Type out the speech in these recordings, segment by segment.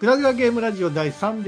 グラグラゲームラジオ第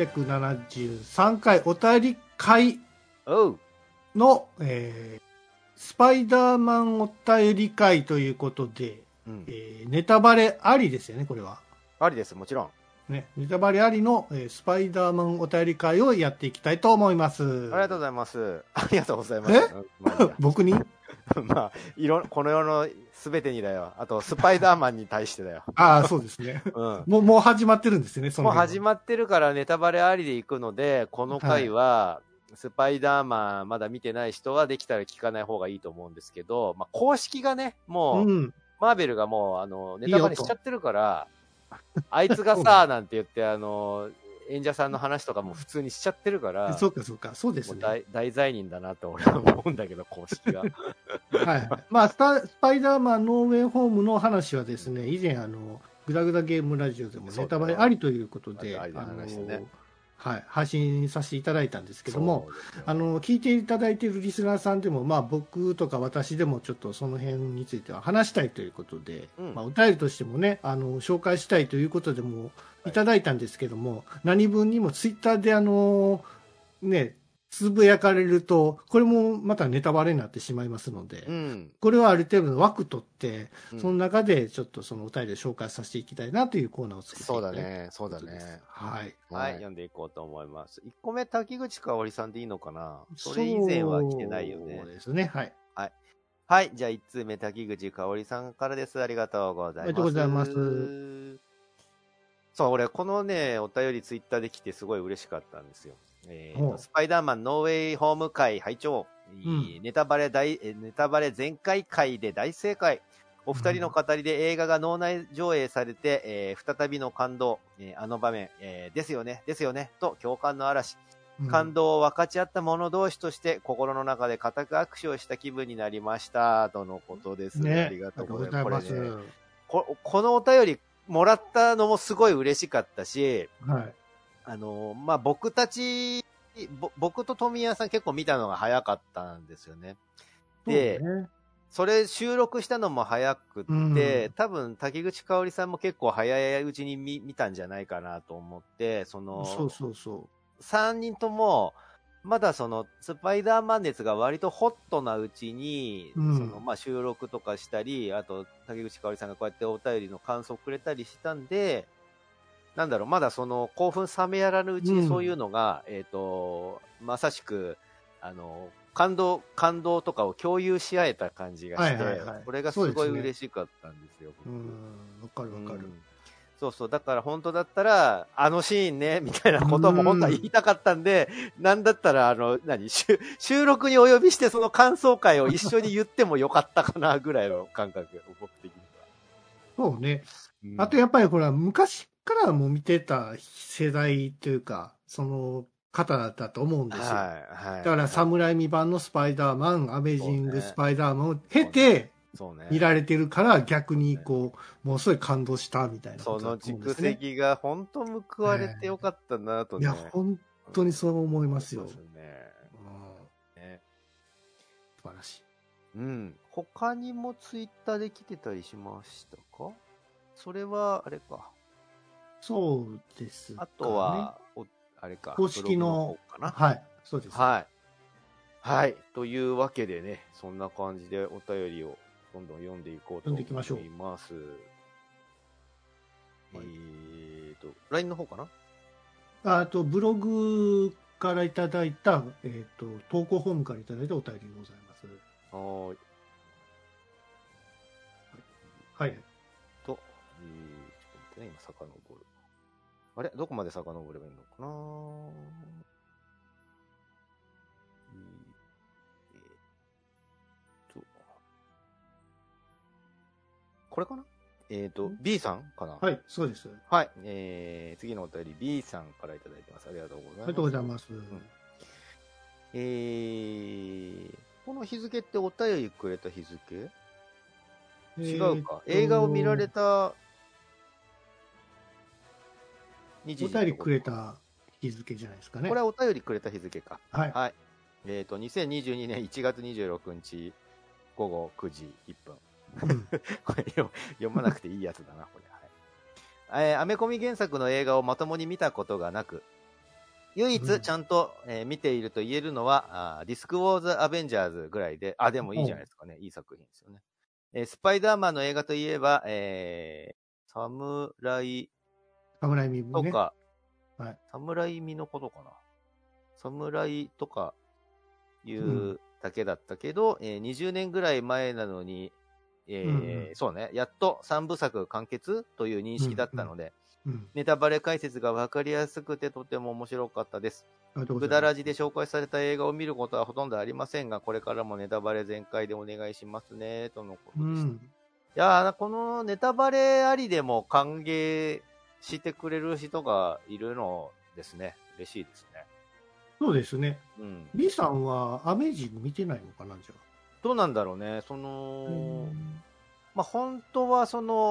373回お便り会の、スパイダーマンお便り会ということで、ネタバレありですよね、これは。 ありです、もちろん。 ね、ネタバレありの、スパイダーマンお便り会をやっていきたいと思います。 ありがとうございます。ありがとうございます。 僕にまあ、この世のすべてにだよ。あと、スパイダーマンに対してだよ。 ああ、そうですね。もう始まってるんですよね、 もう始まってるからネタバレありでいくので、この回は、スパイダーマンまだ見てない人はできたら聞かない方がいいと思うんですけど、まあ、公式がね、もう、マーベルがもう、ネタバレしちゃってるから、あいつがさ、なんて言って、演者さんの話とかも普通にしちゃってるから、 そうか、そうですね。 大罪人だなって俺は思うんだけど、公式が。 はい。まあ、スパイダーマンノーウェイホームの話はですね、以前グダグダゲームラジオでもネタバレありということで、はい、配信させていただいたんですけども、聞いていただいているリスナーさんでも、まあ僕とか私でもちょっとその辺については話したいということで、まあお便りとしてもね、紹介したいということでもいただいたんですけども、何分にもツイッターでね、つぶやかれると、これもまたネタバレになってしまいますので、これはある程度の枠取って、その中でちょっとそのお便りで紹介させていきたいなというコーナーを作っていきたい。 そうだね。 はい。 はい、読んでいこうと思います。1個目、滝口かおりさんでいいのかな？それ以前は来てないよね。 そうですね、はい。 はい。はい、じゃあ1通目、滝口かおりさんからです。ありがとうございます。 ありがとうございます。 そう、俺、このね、お便りツイッターで来てすごい嬉しかったんですよ。スパイダーマンノーウェイホーム会拝聴、ネタバレ全開会で大正解。お二人の語りで映画が脳内上映されて、再びの感動、あの場面、ですよね、と共感の嵐。感動を分かち合った者同士として心の中で固く握手をした気分になりました。とのことです。 ね、 ありがとうございます。これね、 のお便りもらったのもすごい嬉しかったし、 はい。 まあ、僕と富谷さん結構見たのが早かったんですよね。で、それ収録したのも早くって、多分滝口香織さんも結構早いうちに見たんじゃないかなと思って、そう。3人とも、まだその、スパイダーマン熱が割とホットなうちに、まあ、収録とかしたり、あと、滝口香織さんがこうやってお便りの感想をくれたりしたんで、なんだろう、まだその興奮冷めやらぬうちにそういうのが、まさしく、感動とかを共有し合えた感じがして、これがすごい嬉しかったんですよ。 わかる。 そう。だから本当だったら、あのシーンね、みたいなことも本当は言いたかったんで、なんだったら、収録にお呼びしてその感想会を一緒に言ってもよかったかな、ぐらいの感覚、僕的には。そうね。あとやっぱりほら、昔からも見てた世代というか、その方だったと思うんですよ。だからサムライミ版のスパイダーマン、アメージングスパイダーマンを経て、見られてるから逆にこう、もうすごい感動したみたいなことだと思うんですね。 その蓄積が本当報われてよかったなとね。 いや、本当にそう思いますよ。 そうですね。 素晴らしい。 他にもツイッターで来てたりしましたか？それは、あれか。 そうですかね。 あとは、あれか。 公式の、はい。そうです。 はい。というわけでね、そんな感じでお便りをどんどん読んでいこうと思います。LINE の方かな？ ブログからいただいた、投稿フォームからいただいたお便りでございます。はい。 ちょっと待ってね、今遡る。あれどこまで遡ればいいのかな？これかな？B さんかな？ はい、そうです。 はい。次のお便り B さんからいただいてます。ありがとうございます。 ありがとうございます。 この日付ってお便りくれた日付？違うか。映画を見られた日時。お便りくれた日付じゃないですかね。 これはお便りくれた日付か。 はい。 はい。2022年1月26日午後9時1分。これ読まなくていいやつだな、これ。 アメコミ原作の映画をまともに見たことがなく、唯一ちゃんと、見ていると言えるのは、ディスクウォーズ・アベンジャーズぐらいで、でもいいじゃないですかね。いい作品ですよね。スパイダーマンの映画といえば、サムライとか、サムライミのことかな。サムライとかいうだけだったけど、20年ぐらい前なのに、そうね、やっと3部作完結という認識だったので、ネタバレ解説が分かりやすくてとても面白かったです。ぐだらじで紹介された映画を見ることはほとんどありませんが、これからもネタバレ全開でお願いしますね、とのことです。いや、このネタバレありでも歓迎してくれる人がいるのですね。嬉しいですね。 そうですね。B さんはアメージング見てないのかな、じゃあ。 どうなんだろうね。本当は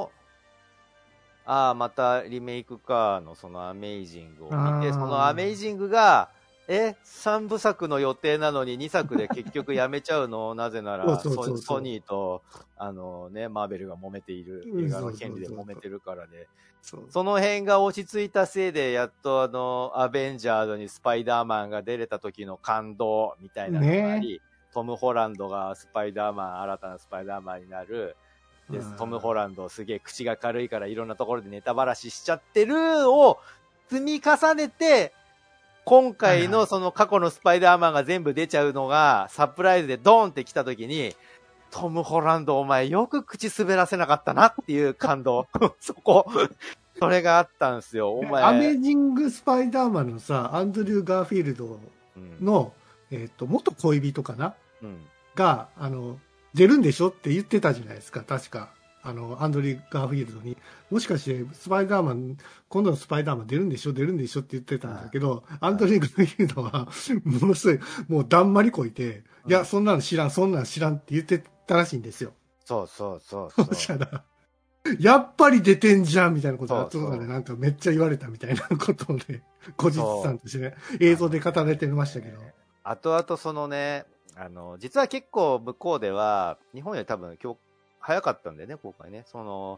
またリメイクかのそのアメイジングを見て、そのアメイジングが、3部作の予定なのに2作で結局やめちゃうのなぜなら、ソニーと、マーベルが揉めている、映画の権利で揉めてるからで、その辺が落ち着いたせいで、やっとアベンジャーズにスパイダーマンが出れた時の感動みたいなのがあり、トム・ホランドが新たなスパイダーマンになる。で、トム・ホランドすげえ口が軽いからいろんなところでネタばらししちゃってるを積み重ねて、今回のその過去のスパイダーマンが全部出ちゃうのがサプライズでドーンって来た時に、トム・ホランドお前よく口滑らせなかったなっていう感動。それがあったんですよ。お前。 アメージング・スパイダーマンのさ、アンドリュー・ガーフィールドの、元恋人かな、が、出るんでしょって言ってたじゃないですか、確か。アンドリュー・ガーフィールドに。もしかして、今度のスパイダーマン出るんでしょって言ってたんだけど、アンドリュー・ガーフィールドは、ものすごい、もうだんまりこいて、いや、そんなん知らんって言ってたらしいんですよ。 そう。 そしたら、やっぱり出てんじゃんみたいなことが、後でなんかめっちゃ言われたみたいなことで、後日さんとしてね、映像で語られてましたけど。 後々実は結構向こうでは、日本より多分早かったんだよね、公開ね。 そう。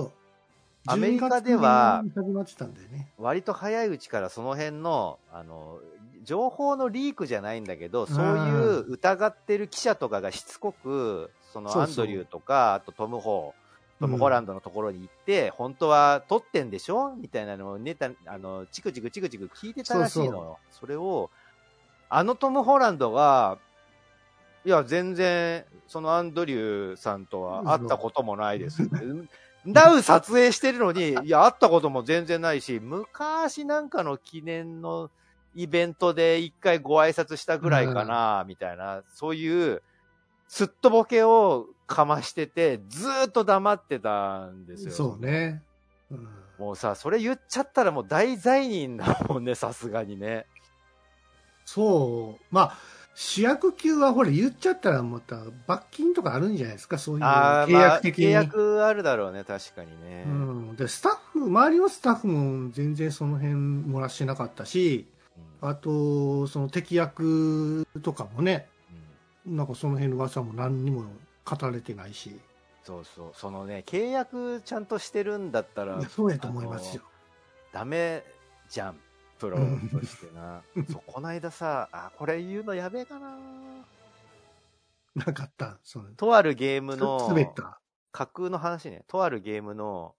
アメリカでは、 始まってたんだよね。 割と早いうちからその辺の、情報のリークじゃないんだけど、そういう疑ってる記者とかがしつこく、アンドリューとか、あとトム・ホランドのところに行って、本当は撮ってんでしょみたいなのをチクチク聞いてたらしいのよ。それを、トム・ホランドが、いや、全然、アンドリューさんとは会ったこともないです。ダウ撮影してるのに、いや、会ったことも全然ないし、昔なんかの記念のイベントで一回ご挨拶したぐらいかな、みたいな、そういう、すっとぼけをかましてて、ずーっと黙ってたんですよ。 そうね。 もうさ、それ言っちゃったらもう大罪人だもんね、さすがにね。 そう。主役級はほら言っちゃったらまた罰金とかあるんじゃないですか、そういう契約的に。 契約あるだろうね、確かにね。 で、周りのスタッフも全然その辺漏らしてなかったし、あと、その敵役とかもね、なんかその辺の噂も何にも語られてないし。 そう。契約ちゃんとしてるんだったら。 そうやと思いますよ。 ダメじゃん。プロとしてな。こないださ、これ言うのやべえかな。 なかった。 とあるゲームの、 滑った。 架空の話ね。とあるゲームの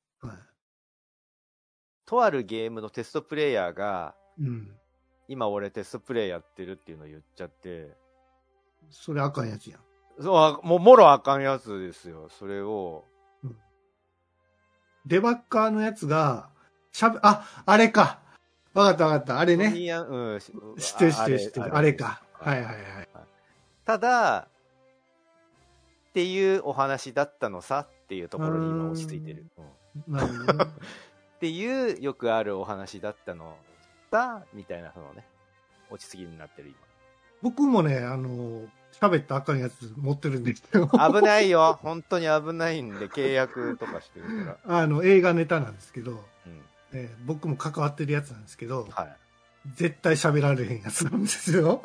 テストプレイヤーが、今俺テストプレイやってるっていうのを言っちゃって。 それあかんやつやん。 そう、もろあかんやつですよ。それを。 デバッカーのやつが、あれか。わかった。あれね。知ってる。あれか。はい。 ただ、っていうお話だったのさっていうところに今落ち着いてる。 なるほどね。 っていうよくあるお話だったのさ、みたいなのね、落ち着きになってる今。 僕もね、喋ったらあかんやつ持ってるんですけど。 危ないよ。本当に危ないんで、契約とかしてるから。 映画ネタなんですけど、僕も関わってるやつなんですけど、絶対喋られへんやつなんですよ。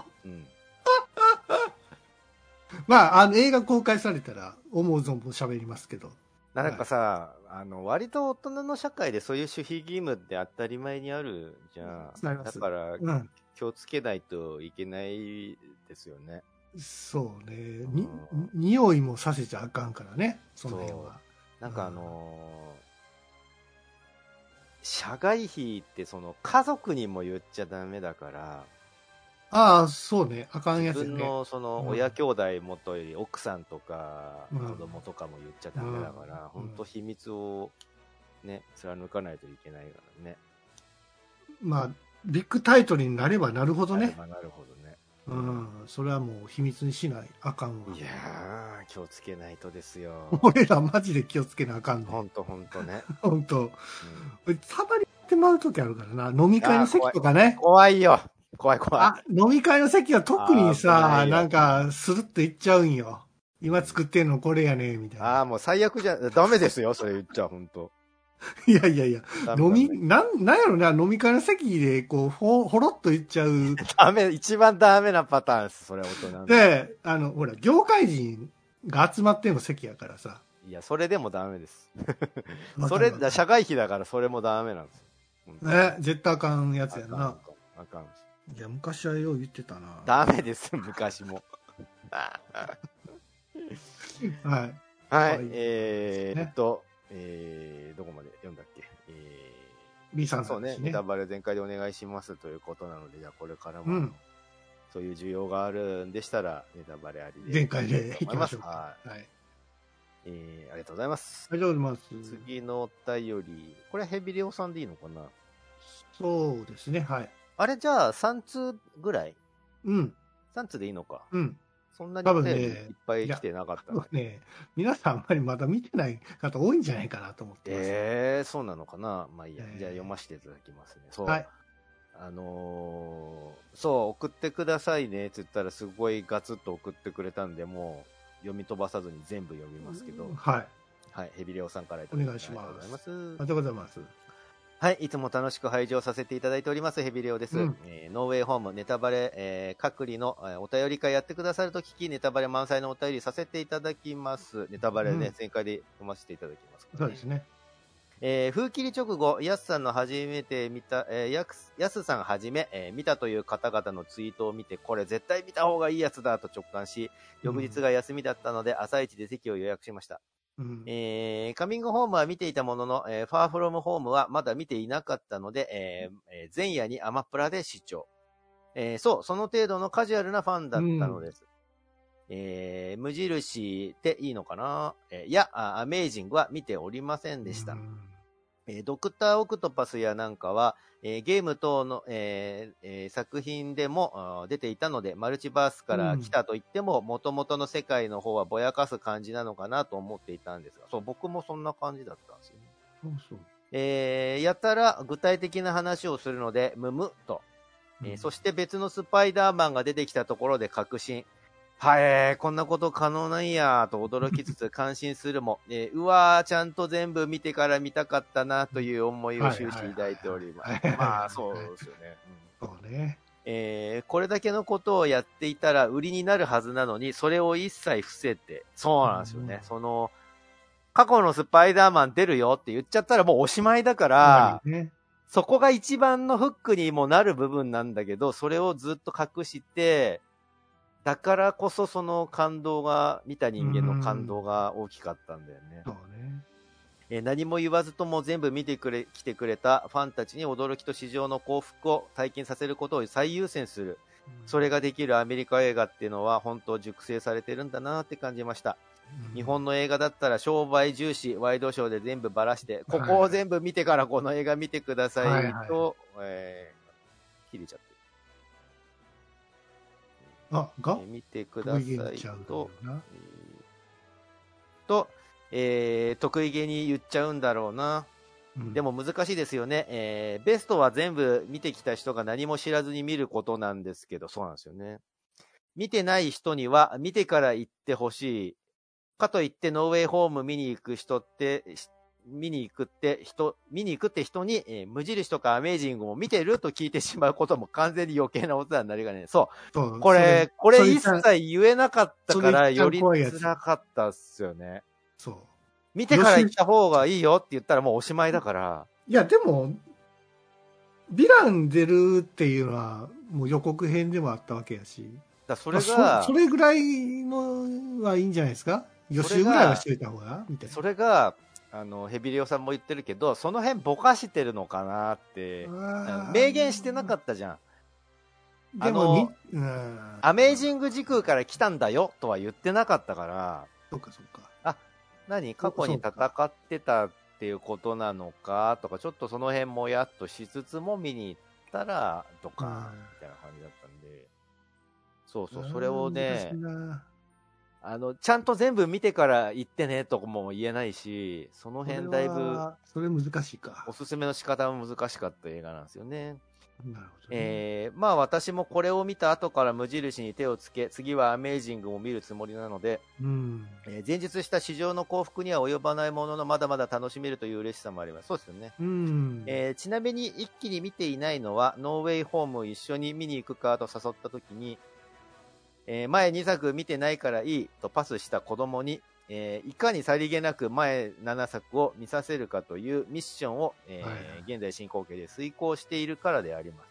映画公開されたら思う存分喋りますけど。 なんかさ、割と大人の社会でそういう守秘義務って当たり前にあるじゃん。だから、気をつけないといけないですよね。 そうね。匂いもさせちゃあかんからね、その辺は。 なんか社外費ってその家族にも言っちゃダメだから、 ああ、そうね。あかんやつね。 自分のその親兄弟もとより奥さんとか子供とかも言っちゃダメだから、本当秘密をね、貫かないといけないからね。 まあ、ビッグタイトルになればなるほどね。 なるほどね。 それはもう秘密にしないあかんわ。 いやー、気をつけないとですよ。 俺らマジで気をつけなあかんね。 ほんとね。 ほんと。たまにってまうときあるからな。飲み会の席とかね。 怖いよ。怖い。 飲み会の席は特にさ、なんか、スルッといっちゃうんよ。今作ってんのこれやね、みたいな。 もう最悪じゃ、ダメですよ、それ言っちゃ、ほんと。 いや、なんやろな、飲み会の席で、こう、ほろっといっちゃう。 一番ダメなパターンです、それ、大人で、ほら、業界人が集まってんの席やからさ。 いや、それでもダメです。社会費だからそれもダメなんですよ。絶対あかんやつやな。 あかん。 いや、昔はよう言ってたな。 ダメです、昔も。 はい。 どこまで読んだっけ B さんそうね、ネタバレ全開でお願いしますということなので、じゃあこれからも、そういう需要があるんでしたら、ネタバレありで。 全開でいきましょう。 はい。ありがとうございます。 ありがとうございます。 次のお便り、これヘビレオさんでいいのかな？ そうですね、はい。 あれじゃあ3通ぐらい ？3 通でいいのか。そんなに多分ね、 いっぱい来てなかったね。皆さんあんまりまだ見てない方多いんじゃないかなと思ってます。そうなのかな。まあいいや。じゃあ読ませていただきますね。そう。はい。そう、送ってくださいねって言ったらすごいガツッと送ってくれたんで、もう読み飛ばさずに全部読みますけど。 はい。 はい。ヘビレオさんからいただきました。お願いします。ありがとうございます。 はい。いつも楽しく拝聴させていただいております、ヘビレオです。ノーウェイホームネタバレ、隔離の、お便り会やってくださると聞き、ネタバレ満載のお便りさせていただきます。ネタバレね、前回で読ませていただきますから、 そうですね。 風切り直後、ヤスさんの初めて見た、ヤスさんはじめ、見たという方々のツイートを見て、これ絶対見た方がいいやつだと直感し、翌日が休みだったので、朝一で席を予約しました。カミングホームは見ていたものの、ファーフロムホームはまだ見ていなかったので、前夜にアマプラで視聴。その程度のカジュアルなファンだったのです。無印っていいのかな？アメージングは見ておりませんでした。ドクターオクトパスやなんかは、ゲーム等の、作品でも出ていたので、マルチバースから来たと言っても、元々の世界の方はぼやかす感じなのかなと思っていたんですが、そう、僕もそんな感じだったんですよね。やたら具体的な話をするので、むむと。そして別のスパイダーマンが出てきたところで確信。はい、こんなこと可能なんやと驚きつつ感心するも、うわー、ちゃんと全部見てから見たかったなという思いを終始抱いております。まあ、そうですよね。 そうね。 これだけのことをやっていたら売りになるはずなのに、それを一切伏せて、そうなんですよね。過去のスパイダーマン出るよって言っちゃったらもうおしまいだから、そこが一番のフックにもなる部分なんだけど、それをずっと隠して、だからこそその感動が、見た人間の感動が大きかったんだよね。 そうね。何も言わずとも全部見て来てくれたファンたちに驚きと市場の幸福を体験させることを最優先する。それができるアメリカ映画っていうのは本当熟成されてるんだなって感じました。日本の映画だったら商売重視、ワイドショーで全部ばらして、ここを全部見てからこの映画見てくださいと、切れちゃって。見てくださいと、得意げに言っちゃうんだろうな。でも難しいですよね。ベストは全部見てきた人が何も知らずに見ることなんですけど、そうなんですよね。見てない人には見てから行ってほしい。かといってノーウェイホーム見に行くって人に、無印とかアメージングも見てると聞いてしまうことも完全に余計なお世話になりがね。そう。これ一切言えなかったからより辛かったっすよね。 そう。 見てから行った方がいいよって言ったらもうおしまいだから。 いや、でも、ヴィラン出るっていうのは、もう予告編でもあったわけやし。 それが、 それぐらいのはいいんじゃないですか？予習ぐらいはしといた方がみたいな。 それが、ヘビリオさんも言ってるけど、その辺ぼかしてるのかなって、明言してなかったじゃん。でもアメージング時空から来たんだよとは言ってなかったから。 そうかそうか。 過去に戦ってたっていうことなのかとか、ちょっとその辺もやっとしつつも見に行ったら、ドカーンみたいな感じだったんで。そうそう、それをね、ちゃんと全部見てから行ってねとも言えないし、その辺だいぶ、 それ難しいか。 おすすめの仕方も難しかった映画なんですよね。 なるほどね。 まあ私もこれを見た後から無印に手をつけ、次はアメージングを見るつもりなので、前述した市場の幸福には及ばないもののまだまだ楽しめるという嬉しさもあります。そうですよね。ちなみに一気に見ていないのは、ノーウェイホームを一緒に見に行くかと誘った時に、前2作見てないからいいとパスした子供に、いかにさりげなく前7作を見させるかというミッションを、現在進行形で遂行しているからでありました。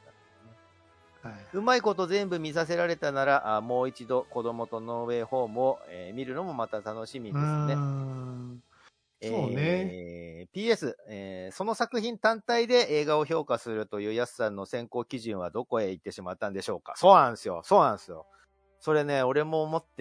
うまいこと全部見させられたなら、もう一度子供とノーウェイホームを、見るのもまた楽しみですね。 そうね。 PS、その作品単体で映画を評価するというヤスさんの選考基準はどこへ行ってしまったんでしょうか。そうなんですよ。そうなんですよ。それね、俺も思って、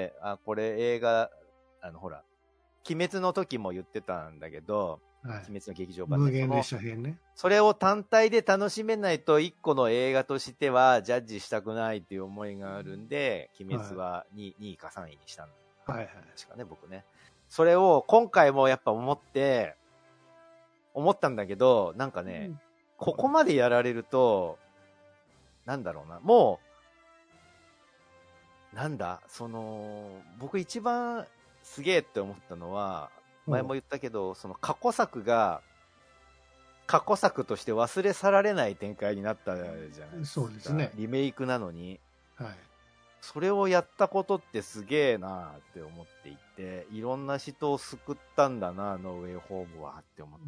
これ映画、ほら、鬼滅の時も言ってたんだけど、鬼滅の劇場版無限列車編ね。 それを単体で楽しめないと一個の映画としてはジャッジしたくないっていう思いがあるんで、鬼滅は 2位か3位にしたんだ。確かね、僕ね。それを今回もやっぱ思ったんだけど、なんかね、ここまでやられると、なんだろうな、もう、僕一番すげえって思ったのは、前も言ったけど、その過去作が、過去作として忘れ去られない展開になったじゃないですか。 そうですね。 リメイクなのに。それをやったことってすげえなって思っていて、いろんな人を救ったんだな、ノーウェイホームはって思って、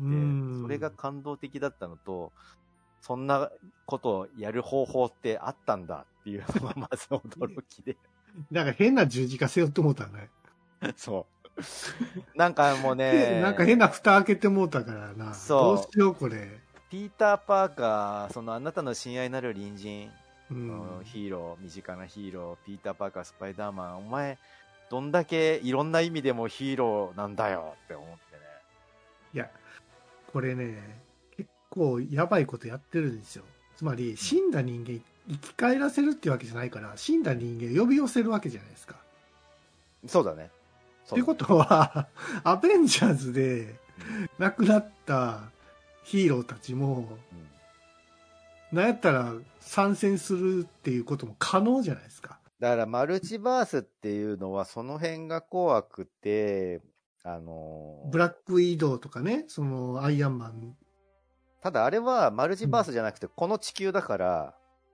それが感動的だったのと、そんなことをやる方法ってあったんだっていうのがまず驚きで。 なんか変な十字架背負ってもうたね。 そう。なんかもうね。 なんか変な蓋開けてもうたからな。そう。どうしようこれ。 ピーター・パーカー、あなたの親愛なる隣人、ヒーロー、身近なヒーロー、ピーター・パーカー、スパイダーマン、お前、どんだけいろんな意味でもヒーローなんだよって思ってね。 いや、これね、結構やばいことやってるんですよ。つまり、死んだ人間、生き返らせるっていうわけじゃないから、死んだ人間呼び寄せるわけじゃないですか。 そうだね。 ってことは、アベンジャーズで亡くなったヒーローたちも、なんやったら参戦するっていうことも可能じゃないですか。 だからマルチバースっていうのはその辺が怖くて、 ブラックウィドウとかね、アイアンマン。 ただあれはマルチバースじゃなくてこの地球だから、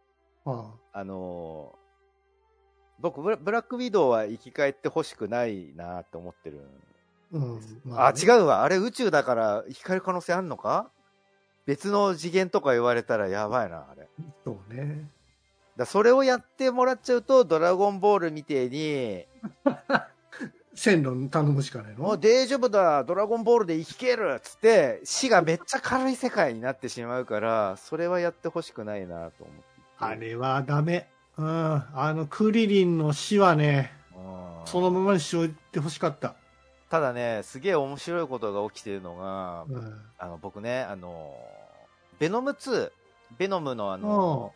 僕ブラックウィドウは生き返ってほしくないなって思ってるんです。違うわ。あれ宇宙だから生き返る可能性あるのか？別の次元とか言われたらやばいな、あれ。 そうね。 それをやってもらっちゃうと、ドラゴンボールみてえに、 線路頼むしかないの？ もう大丈夫だ、ドラゴンボールで生きけるっつって、死がめっちゃ軽い世界になってしまうから、それはやってほしくないなと思って。 あれはダメ。クリリンの死はね、そのままにしておいてほしかった。 ただね、すげえ面白いことが起きてるのが、僕ね、ベノム2、ベノムの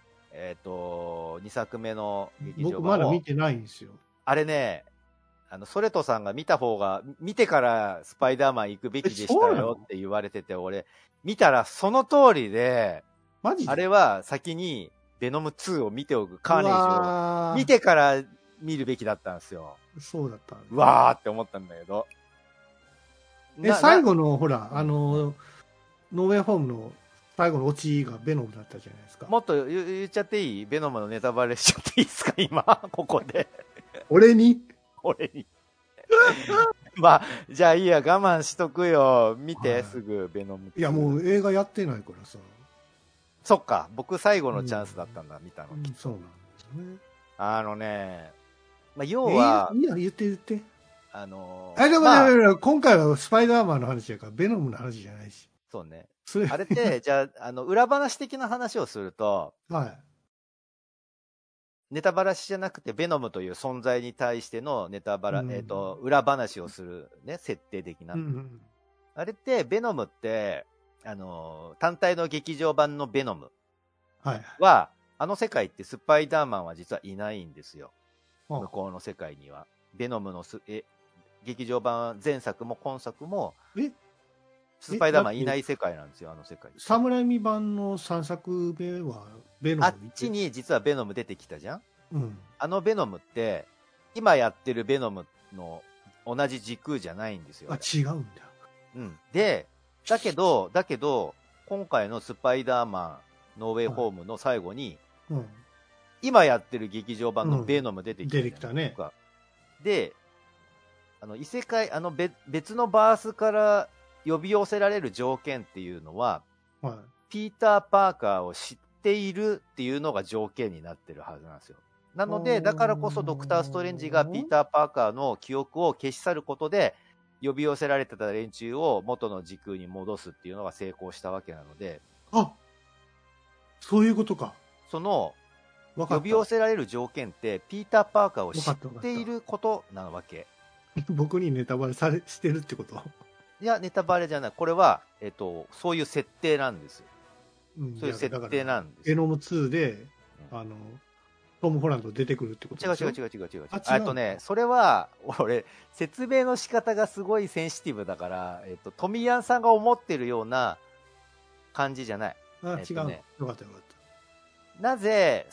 2作目の劇場版を僕まだ見てないんですよ。 あれね、ソレトさんが見た方が、見てからスパイダーマン行くべきでしたよって言われてて、俺、見たらその通りで、 マジで？ あれは先にベノム2を見ておく、カーネージを見てから見るべきだったんですよ。 そうだった。 うわーって思ったんだけど。 最後の、ほら、ノーウェイホームの最後のオチがベノムだったじゃないですか。 もっと言っちゃっていい？ベノムのネタバレしちゃっていいですか今、ここで。 俺にまあ、じゃあいいや、我慢しとくよ。見て、すぐ、ベノム2。 いや、もう映画やってないからさ。 そっか、僕最後のチャンスだったんだ、見たの。 そうなんですね。 まあ、要は、 いいや、言って。でもまあ、 今回はスパイダーマンの話やから、ベノムの話じゃないし。 そうね。 それあれって、じゃあ、裏話的な話をすると、 はい。 ネタバラシじゃなくて、ベノムという存在に対してのネタバラ、裏話をするね、設定的な。あれって、ベノムって、単体の劇場版のベノムは、あの世界ってスパイダーマンは実はいないんですよ。向こうの世界には。ベノムの劇場版前作も今作も、スパイダーマンいない世界なんですよ、あの世界。 サムライミ版の3作目はベノムあっちに実はベノム出てきたじゃん。 うん。 あのベノムって、今やってるベノムの同じ時空じゃないんですよ。 違うんだ。 うん。で、だけど、今回のスパイダーマン、ノーウェイホームの最後に、今やってる劇場版のベノム出てきた、 出てきたね。 で、異世界、別のバースから呼び寄せられる条件っていうのは、ピーター・パーカーを知っているっていうのが条件になってるはずなんですよ。なので、だからこそドクター・ストレンジがピーター・パーカーの記憶を消し去ることで、呼び寄せられてた連中を元の時空に戻すっていうのが成功したわけなので。 そういうことか。 その、呼び寄せられる条件って、ピーター・パーカーを知っていることなわけ。 僕にネタバレしてるってこと？ いや、ネタバレじゃない。これは、そういう設定なんです。そういう設定なんです。 ベノム2で、トム・ホランド出てくるってことでしょ？ 違う。それは、俺、説明の仕方がすごいセンシティブだから、トミヤンさんが思ってるような感じじゃない。 違う。よかったよかった。 なぜ、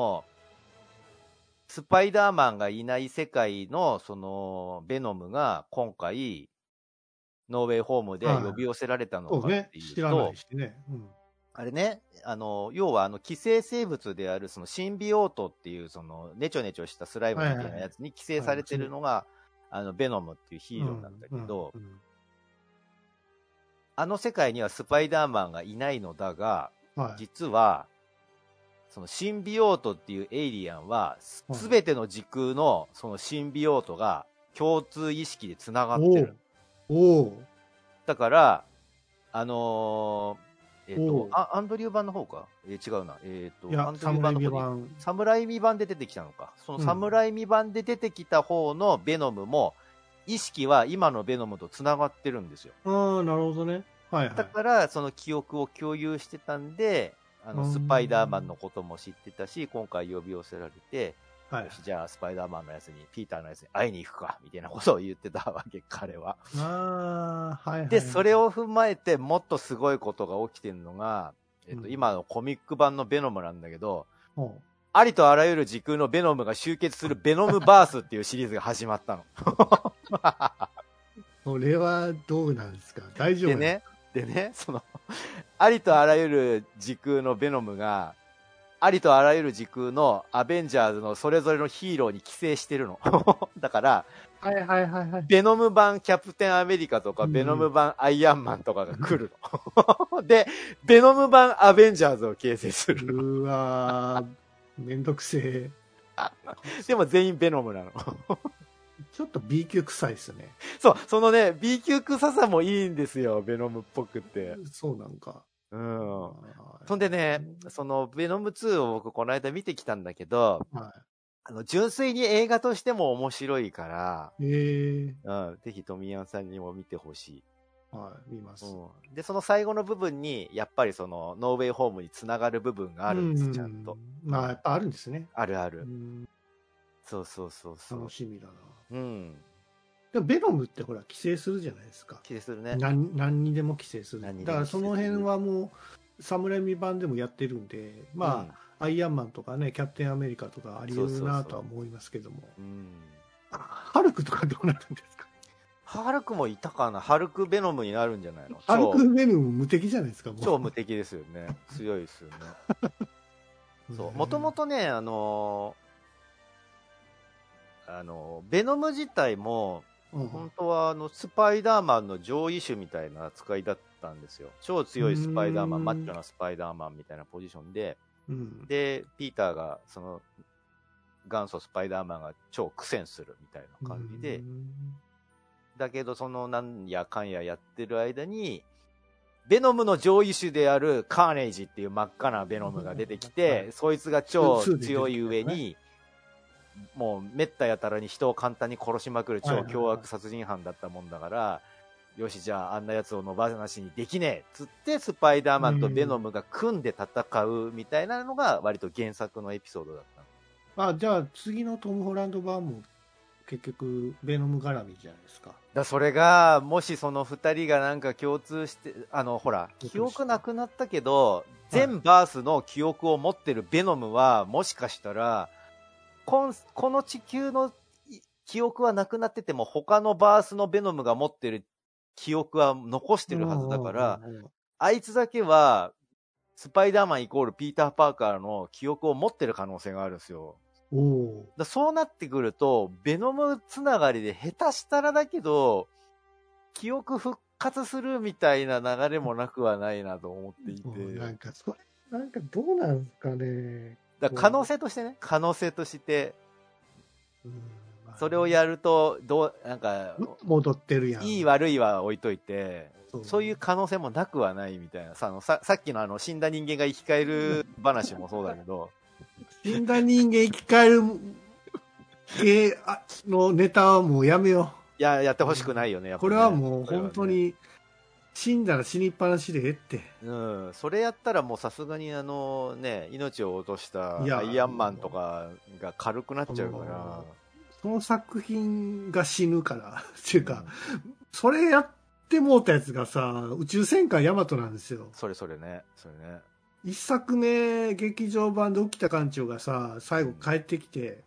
スパイダーマンがいない世界の、ベノムが今回、ノーウェイホームで呼び寄せられたのかっていうと、 知らないしね。 あれね、要は寄生生物であるそのシンビオートっていうネチョネチョしたスライムみたいなやつに寄生されてるのが、ベノムっていうヒーローなんだけど、あの世界にはスパイダーマンがいないのだが、実は、そのシンビオートっていうエイリアンは、すべての時空のそのシンビオートが共通意識で繋がってる。だから、アンドリュー版の方か違うな。アンドリュー版の方で、サムライミ版で出てきたのか。そのサムライミ版で出てきた方のベノムも、意識は今のベノムと繋がってるんですよ。 なるほどね。 だから、その記憶を共有してたんで、スパイダーマンのことも知ってたし、今回呼び寄せられて、よし、じゃあスパイダーマンのやつに、ピーターのやつに会いに行くか、みたいなことを言ってたわけ、彼は。で、それを踏まえて、もっとすごいことが起きてるのが、今のコミック版のベノムなんだけど、ありとあらゆる時空のベノムが集結するベノムバースっていうシリーズが始まったの。 それはどうなんですか？大丈夫でね、ありとあらゆる時空のベノムが、ありとあらゆる時空のアベンジャーズのそれぞれのヒーローに寄生してるの。だから、ベノム版キャプテンアメリカとか、ベノム版アイアンマンとかが来るの。で、ベノム版アベンジャーズを形成するの。 うわー、めんどくせえ。 でも全員ベノムなの。 ちょっと B 級臭いですね。 そう、そのね、B 級臭さもいいんですよ、ベノムっぽくて。 そうなんか。 そんでね、ベノム2を僕この間見てきたんだけど、純粋に映画としても面白いから、ぜひトミヤンさんにも見てほしい。 見ます。 で、その最後の部分に、やっぱりノーウェイホームにつながる部分があるんです、ちゃんと。 やっぱあるんですね。 あるある。そう。 楽しみだな。 でもベノムってほら、寄生するじゃないですか。 寄生するね。 何にでも寄生する。だからその辺はもう、サムライミ版でもやってるんで、アイアンマンとかね、キャプテンアメリカとかあり得るなとは思いますけども。ハルクとかどうなるんですか？ ハルクもいたかな。ハルクベノムになるんじゃないの？ ハルクベノム無敵じゃないですか、もう。 超無敵ですよね。強いですよね。そう。もともとね、ベノム自体も、 本当はスパイダーマンの上位種みたいな扱いだったんですよ。超強いスパイダーマン、マッチョなスパイダーマンみたいなポジションで、で、ピーターがその元祖スパイダーマンが超苦戦するみたいな感じで、だけどそのなんやかんややってる間に、ベノムの上位種であるカーネイジっていう真っ赤なベノムが出てきて、そいつが超強い上に、もうめったやたらに人を簡単に殺しまくる超凶悪殺人犯だったもんだから、よしじゃああんなやつを野放しにできねえっつってスパイダーマンとベノムが組んで戦うみたいなのが割と原作のエピソードだった。 じゃあ次のトム・ホランド版も結局ベノム絡みじゃないですか。 それがもしその二人がなんか共通してほら記憶なくなったけど、全バースの記憶を持ってるベノムはもしかしたらこの地球の記憶はなくなってても他のバースのベノムが持ってる記憶は残してるはずだから、あいつだけはスパイダーマンイコールピーター・パーカーの記憶を持ってる可能性があるんですよ。そうなってくるとベノムつながりで下手したらだけど記憶復活するみたいな流れもなくはないなと思っていて、 なんかどうなんですかね。 可能性としてね、可能性として、それをやるとなんか戻ってるやん。 いい悪いは置いといて、そういう可能性もなくはないみたいなさっきの死んだ人間が生き返る話もそうだけど、 死んだ人間生き返る系のネタはもうやめよう。やってほしくないよね、やっぱり、ね。これはもう本当に、死んだら死にっぱなしでえって。 それやったらもうさすがに命を落としたアイアンマンとかが軽くなっちゃうから。 その作品が死ぬから。っていうか、それやってもうたやつがさ、宇宙戦艦ヤマトなんですよ。 それね。 一作目、劇場版で起きた艦長がさ、最後帰ってきて、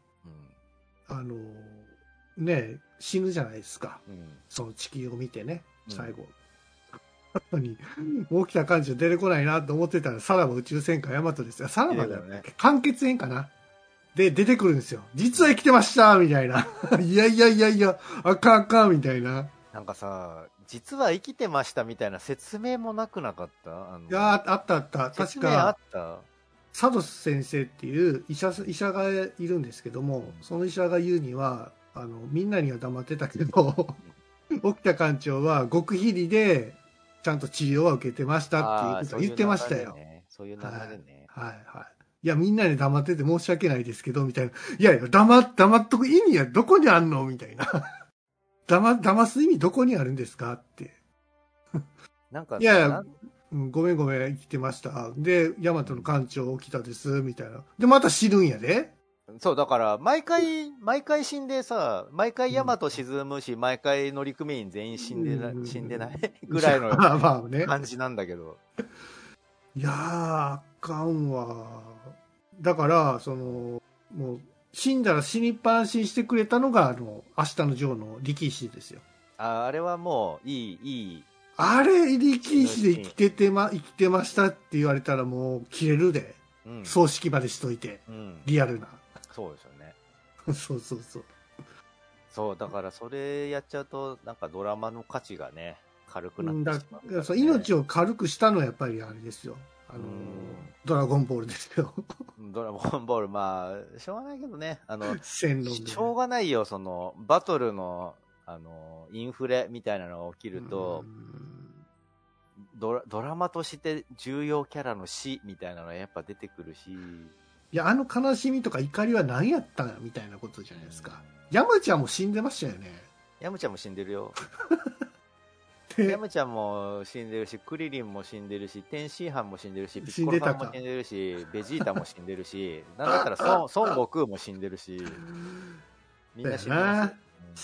死ぬじゃないですか。その地球を見てね、最後。にもう起きた艦長出てこないなと思ってたら、さらば宇宙戦艦ヤマトですよ。さらばだよね。完結編かな。で、出てくるんですよ。実は生きてましたみたいな。いや、あかんみたいな。 なんかさ、実は生きてましたみたいな説明もなくなかった？ いや、あった。確か、サドス先生っていう医者がいるんですけども、その医者が言うには、みんなには黙ってたけど、沖田艦長は極秘裏で、ちゃんと治療は受けてましたっていうことを言ってましたよ。 そういう流れね。 はい。いや、みんなに黙ってて申し訳ないですけど、みたいな。いや、黙っとく意味はどこにあんのみたいな。騙す意味どこにあるんですかって。 なんか、 いや、ごめん、生きてました。で、ヤマトの艦長起きたです、みたいな。で、また死ぬんやで。 そう、だから、毎回死んでさ、毎回ヤマト沈むし、毎回乗組員全員死んでないぐらいの感じなんだけど。 いやー、あかんわ。だから、もう、死んだら死にっぱなしにしてくれたのが、明日のジョーの力士ですよ。 あれはもう、いい。 あれ、力士で生きてましたって言われたらもう、切れるで。葬式までしといて。リアルな。 そうですよね。 そう。 そう、だからそれやっちゃうと、なんかドラマの価値がね、軽くなってしまう、 ね。命を軽くしたのはやっぱりあれですよ。ドラゴンボールですよ。 ドラゴンボール、まあ、しょうがないけどね。 しょうがないよ、バトルの、インフレみたいなのが起きると、ドラマとして重要キャラの死みたいなのがやっぱ出てくるし。 いや、悲しみとか怒りは何やったみたいなことじゃないですか。ヤムちゃんも死んでましたよね。 ヤムちゃんも死んでるよ。ヤムちゃんも死んでるし、クリリンも死んでるし、天津飯も死んでるし、ピッコロさんも死んでるし、ベジータも死んでるし、なんだったら孫悟空も死んでるし、みんな死んでます。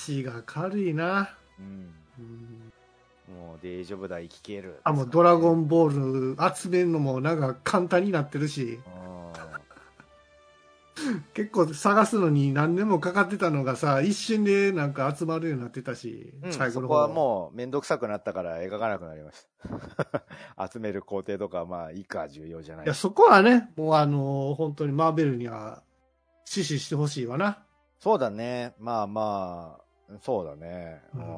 死が軽いな。 もう大丈夫だ、生きける。 もうドラゴンボール集めるのもなんか簡単になってるし。結構探すのに何年もかかってたのがさ、一瞬でなんか集まるようになってたし、 最後の方そこはもうめんどくさくなったから描かなくなりました。集める工程とかまあいいか重要じゃない。 いや、そこはね、もう本当にマーベルには死守してほしいわな。 そうだね。まあ、 そうだね。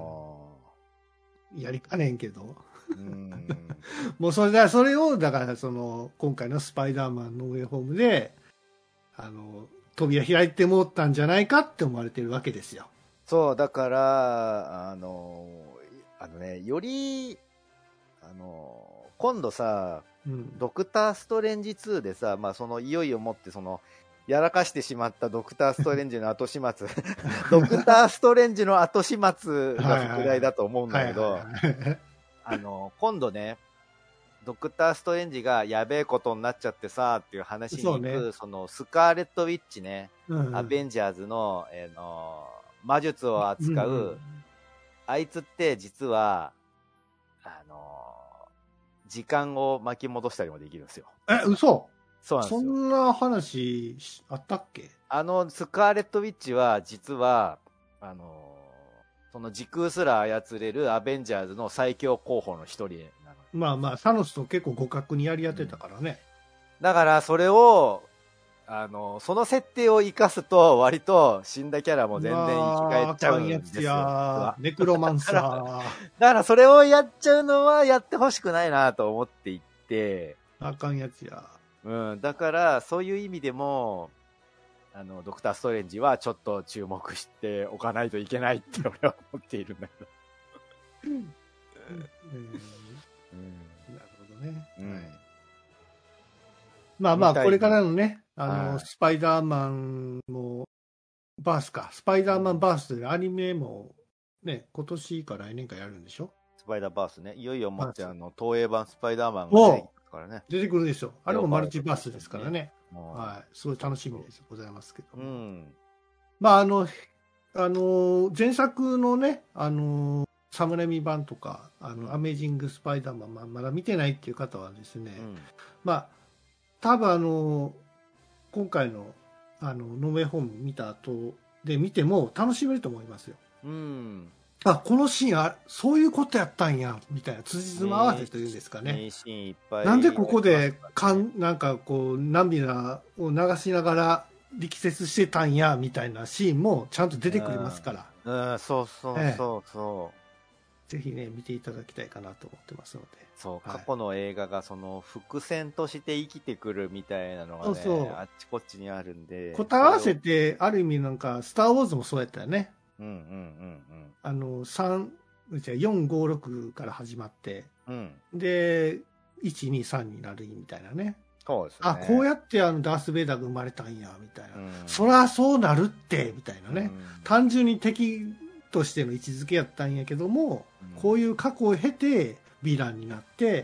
やりかねんけど。もうそれを、だから今回のスパイダーマンのウェイホームで、扉開いてもったんじゃないかって思われてるわけですよ。 そう、だから、より、今度さ、ドクターストレンジ2でさ、まあいよいよもってやらかしてしまったドクターストレンジの後始末、ドクターストレンジの後始末が副題だと思うんだけど、今度ね、ドクターストレンジがやべえことになっちゃってさっていう話に行く、スカーレット・ウィッチね、アベンジャーズの、魔術を扱う、あいつって実は、時間を巻き戻したりもできるんですよ。 嘘？ そうなんですよ。 そんな話あったっけ？ スカーレット・ウィッチは実は、その時空すら操れるアベンジャーズの最強候補の一人なの。 まあまあ、サノスと結構互角にやり合ってたからね。 だからそれを、その設定を生かすと、割と死んだキャラも全然生き返っちゃうんですよ。 ネクロマンサー。 だからそれをやっちゃうのはやってほしくないなと思っていて。 あかんやつや。 だからそういう意味でも、ドクターストレンジはちょっと注目しておかないといけないって俺は思っているんだけど。 なるほどね。まあまあ、これからのね、スパイダーマンも、スパイダーマンバースでアニメも、ね、今年か来年かやるんでしょ？ スパイダーバースね。いよいよもって東映版スパイダーマンが出てくるからね。 出てくるでしょ。あれもマルチバースですからね。はい。すごい楽しみですございますけど。まあ、前作のね、サムライミ版とか、アメージングスパイダーマン、まだ見てないっていう方はですね、まあ、多分今回のノーウェイホーム見た後で見ても楽しめると思いますよ。あ、このシーンそういうことやったんやみたいな辻褄合わせというんですかね。なんでここでなんかこう涙を流しながら力説してたんやみたいなシーンもちゃんと出てくれますから。 そう。 ぜひね見ていただきたいかなと思ってますので。 そう、過去の映画が伏線として生きてくるみたいなのがね、あっちこっちにあるんで。 答え合わせてある意味なんかスターウォーズもそうやったよね。4、5、6から始まって、で、1、2、3になるみたいなね。 そうですね。 あ、こうやってダース・ベイダーが生まれたんや、みたいな。そりゃそうなるって、みたいなね。単純に敵としての位置づけやったんやけども、こういう過去を経て、ヴィランになって、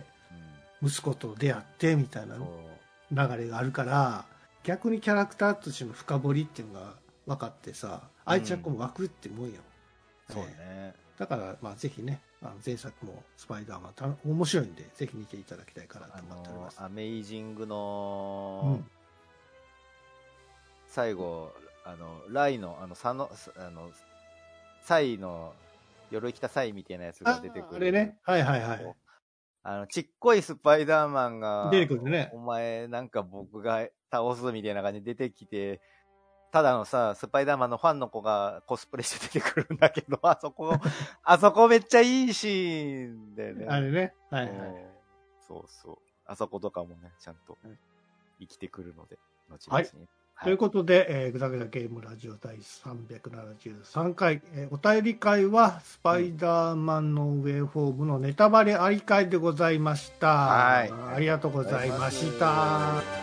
息子と出会って、みたいな流れがあるから、逆にキャラクターとしての深掘りっていうのが分かってさ、愛着も湧くってもんや。 そうね。 だから、まあ、ぜひね、前作もスパイダーマン面白いんで、ぜひ見ていただきたいかなと思っております。 アメイジングの、最後、ライの、サイの、鎧着たサイみたいなやつが出てくる。 あれね。はいはいはい。 ちっこいスパイダーマンが、 出てくるね。 お前、なんか僕が倒すみたいな感じで出てきて、ただのさ、スパイダーマンのファンの子がコスプレして出てくるんだけど、あそこめっちゃいいシーンだよね。 あれね。はいはい。 そう。あそことかもね、ちゃんと生きてくるので、後 々に。ということで、ぐだぐだゲームラジオ第373回、お便り会はスパイダーマンのウェイフォームのネタバレあり会でございました。ありがとうございました。